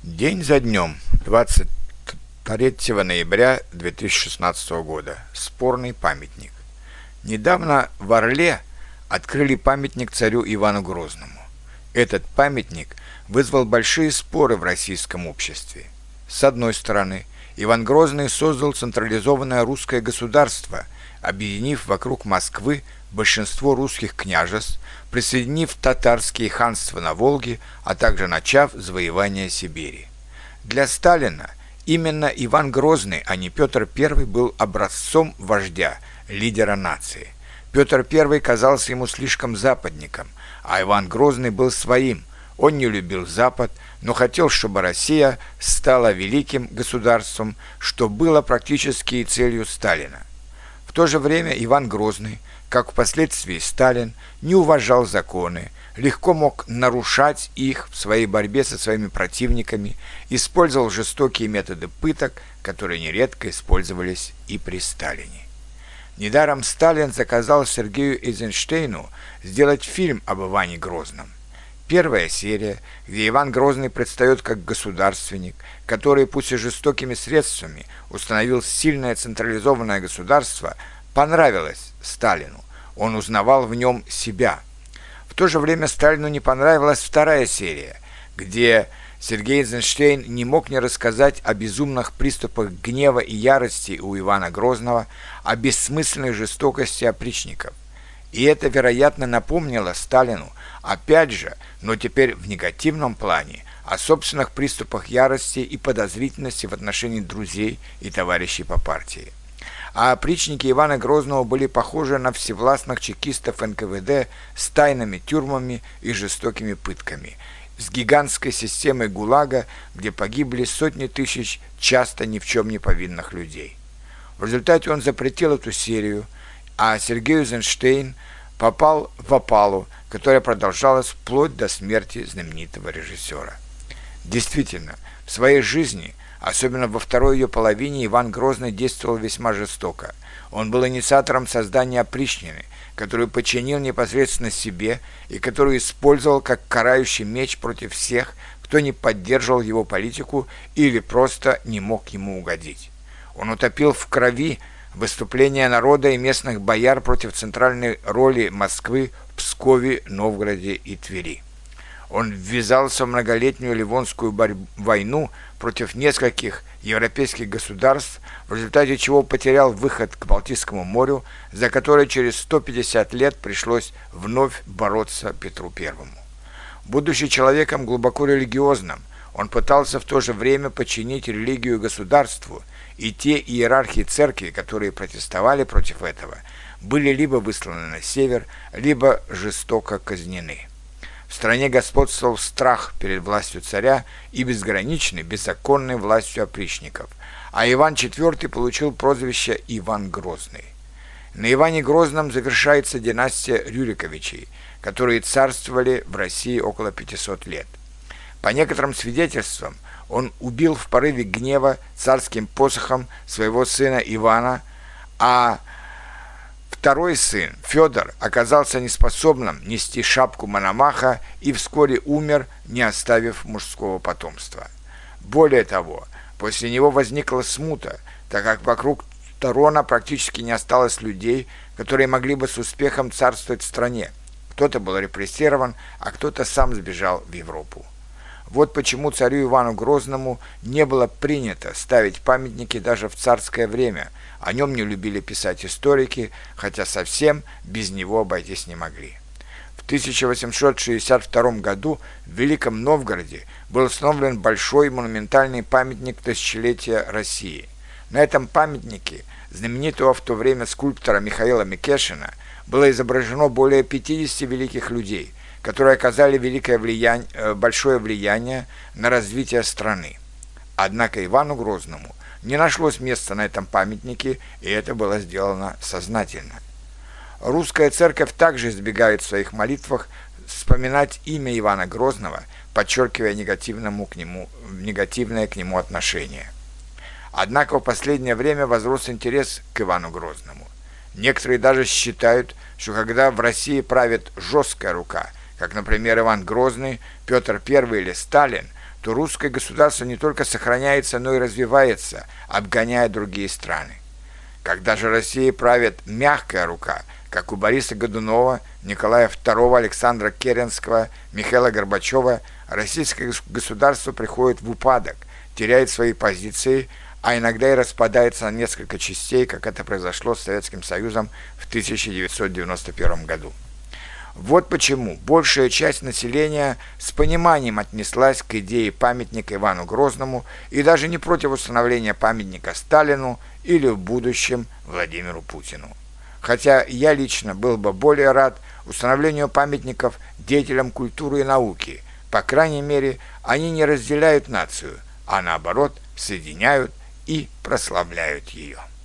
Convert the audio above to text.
День за днем, 23 ноября 2016 года. Спорный памятник. Недавно в Орле открыли памятник царю Ивану Грозному. Этот памятник вызвал большие споры в российском обществе. С одной стороны, Иван Грозный создал централизованное русское государство, объединив вокруг Москвы большинство русских княжеств, присоединив татарские ханства на Волге, а также начав завоевание Сибири. Для Сталина именно Иван Грозный, а не Петр I, был образцом вождя, лидера нации. Петр I казался ему слишком западником, а Иван Грозный был своим. Он не любил Запад, но хотел, чтобы Россия стала великим государством, что было практически и целью Сталина. В то же время Иван Грозный, как впоследствии Сталин, не уважал законы, легко мог нарушать их в своей борьбе со своими противниками, использовал жестокие методы пыток, которые нередко использовались и при Сталине. Недаром Сталин заказал Сергею Эйзенштейну сделать фильм об Иване Грозном. Первая серия, где Иван Грозный предстает как государственник, который, пусть и жестокими средствами, установил сильное централизованное государство, понравилась Сталину. Он узнавал в нем себя. В то же время Сталину не понравилась вторая серия, где Сергей Эйзенштейн не мог не рассказать о безумных приступах гнева и ярости у Ивана Грозного, о бессмысленной жестокости опричников. И это, вероятно, напомнило Сталину, опять же, но теперь в негативном плане, о собственных приступах ярости и подозрительности в отношении друзей и товарищей по партии. А опричники Ивана Грозного были похожи на всевластных чекистов НКВД с тайными тюрьмами и жестокими пытками, с гигантской системой ГУЛАГа, где погибли сотни тысяч часто ни в чем не повинных людей. В результате он запретил эту серию, а Сергей Эйзенштейн попал в опалу, которая продолжалась вплоть до смерти знаменитого режиссера. Действительно, в своей жизни, особенно во второй ее половине, Иван Грозный действовал весьма жестоко. Он был инициатором создания опричнины, которую подчинил непосредственно себе и которую использовал как карающий меч против всех, кто не поддерживал его политику или просто не мог ему угодить. Он утопил в крови выступления народа и местных бояр против центральной роли Москвы в Пскове, Новгороде и Твери. Он ввязался в многолетнюю Ливонскую войну против нескольких европейских государств, в результате чего потерял выход к Балтийскому морю, за который через 150 лет пришлось вновь бороться Петру I. Будучи человеком глубоко религиозным, он пытался в то же время подчинить религию государству, и те иерархии церкви, которые протестовали против этого, были либо высланы на север, либо жестоко казнены. В стране господствовал страх перед властью царя и безграничной, беззаконной властью опричников, а Иван IV получил прозвище Иван Грозный. На Иване Грозном завершается династия Рюриковичей, которые царствовали в России около 500 лет. По некоторым свидетельствам, он убил в порыве гнева царским посохом своего сына Ивана, а второй сын, Федор, оказался неспособным нести шапку Мономаха и вскоре умер, не оставив мужского потомства. Более того, после него возникла смута, так как вокруг трона практически не осталось людей, которые могли бы с успехом царствовать в стране. Кто-то был репрессирован, а кто-то сам сбежал в Европу. Вот почему царю Ивану Грозному не было принято ставить памятники даже в царское время. О нем не любили писать историки, хотя совсем без него обойтись не могли. В 1862 году в Великом Новгороде был установлен большой монументальный памятник тысячелетия России. На этом памятнике знаменитого в то время скульптора Михаила Микешина было изображено более 50 великих людей, которые оказали большое влияние на развитие страны. Однако Ивану Грозному не нашлось места на этом памятнике, и это было сделано сознательно. Русская церковь также избегает в своих молитвах вспоминать имя Ивана Грозного, подчеркивая негативное к нему отношение. Однако в последнее время возрос интерес к Ивану Грозному. Некоторые даже считают, что когда в России правит жесткая рука, как, например, Иван Грозный, Петр I или Сталин, что русское государство не только сохраняется, но и развивается, обгоняя другие страны. Когда же Россией правит мягкая рука, как у Бориса Годунова, Николая II, Александра Керенского, Михаила Горбачева, российское государство приходит в упадок, теряет свои позиции, а иногда и распадается на несколько частей, как это произошло с Советским Союзом в 1991 году. Вот почему большая часть населения с пониманием отнеслась к идее памятника Ивану Грозному и даже не против установления памятника Сталину или в будущем Владимиру Путину. Хотя я лично был бы более рад установлению памятников деятелям культуры и науки. По крайней мере, они не разделяют нацию, а наоборот соединяют и прославляют ее.